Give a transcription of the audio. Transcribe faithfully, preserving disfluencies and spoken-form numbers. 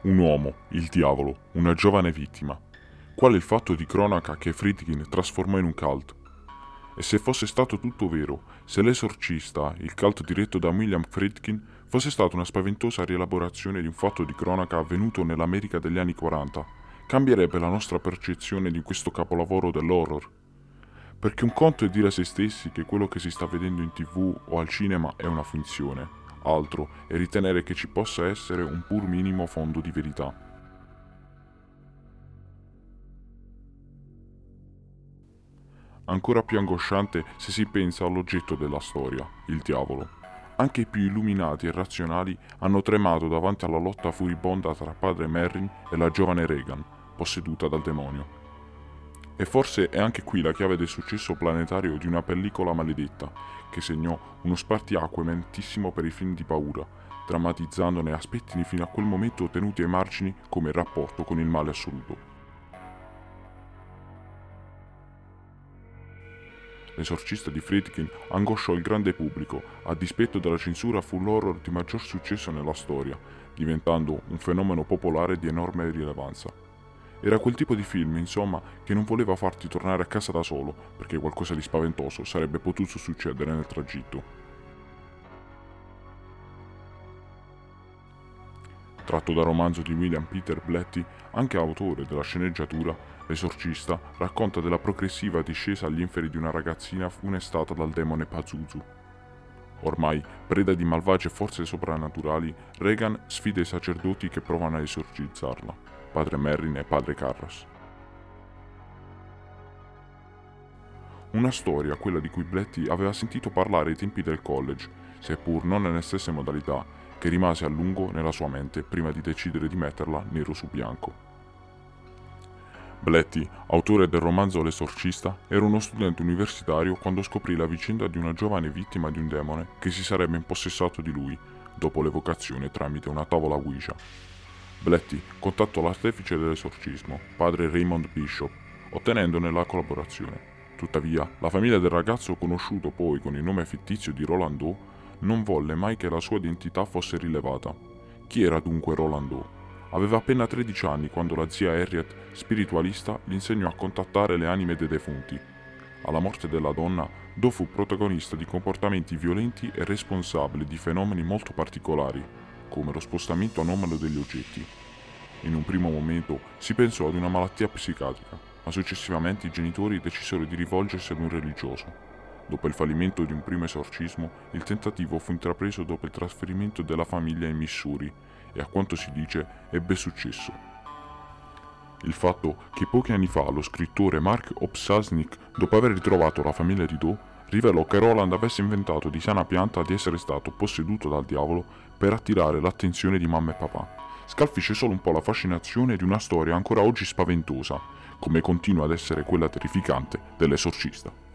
Un uomo, il diavolo, una giovane vittima. Qual è il fatto di cronaca che Friedkin trasformò in un cult? E se fosse stato tutto vero, se L'Esorcista, il cult diretto da William Friedkin, fosse stata una spaventosa rielaborazione di un fatto di cronaca avvenuto nell'America degli anni quaranta, cambierebbe la nostra percezione di questo capolavoro dell'horror. Perché un conto è dire a se stessi che quello che si sta vedendo in tv o al cinema è una finzione, altro è ritenere che ci possa essere un pur minimo fondo di verità. Ancora più angosciante se si pensa all'oggetto della storia, il diavolo. Anche i più illuminati e razionali hanno tremato davanti alla lotta furibonda tra padre Merrin e la giovane Regan, posseduta dal demonio. E forse è anche qui la chiave del successo planetario di una pellicola maledetta, che segnò uno spartiacque mentissimo per i film di paura, drammatizzandone aspetti fino a quel momento tenuti ai margini come il rapporto con il male assoluto. L'Esorcista di Friedkin angosciò il grande pubblico, a dispetto della censura fu l'horror di maggior successo nella storia, diventando un fenomeno popolare di enorme rilevanza. Era quel tipo di film, insomma, che non voleva farti tornare a casa da solo, perché qualcosa di spaventoso sarebbe potuto succedere nel tragitto. Tratto dal romanzo di William Peter Blatty, anche autore della sceneggiatura, L'Esorcista racconta della progressiva discesa agli inferi di una ragazzina funestata dal demone Pazuzu. Ormai, preda di malvagie forze soprannaturali, Regan sfida i sacerdoti che provano a esorcizzarla, padre Merrin e padre Carras. Una storia, quella di cui Blatty aveva sentito parlare ai tempi del college, seppur non nelle stesse modalità, che rimase a lungo nella sua mente prima di decidere di metterla nero su bianco. Blatty, autore del romanzo L'Esorcista, era uno studente universitario quando scoprì la vicenda di una giovane vittima di un demone che si sarebbe impossessato di lui, dopo l'evocazione tramite una tavola Ouija. Blatty contattò l'artefice dell'esorcismo, padre Raymond Bishop, ottenendone la collaborazione. Tuttavia, la famiglia del ragazzo, conosciuto poi con il nome fittizio di Roland, non volle mai che la sua identità fosse rilevata. Chi era dunque Roland? Aveva appena tredici anni quando la zia Harriet, spiritualista, gli insegnò a contattare le anime dei defunti. Alla morte della donna, Doe fu protagonista di comportamenti violenti e responsabile di fenomeni molto particolari, come lo spostamento anomalo degli oggetti. In un primo momento si pensò ad una malattia psichiatrica, ma successivamente i genitori decisero di rivolgersi ad un religioso. Dopo il fallimento di un primo esorcismo, il tentativo fu intrapreso dopo il trasferimento della famiglia in Missouri e, a quanto si dice, ebbe successo. Il fatto che pochi anni fa lo scrittore Mark Opsasnik, dopo aver ritrovato la famiglia di Doe, rivelò che Roland avesse inventato di sana pianta di essere stato posseduto dal diavolo per attirare l'attenzione di mamma e papà, scalfisce solo un po' la fascinazione di una storia ancora oggi spaventosa, come continua ad essere quella terrificante dell'Esorcista.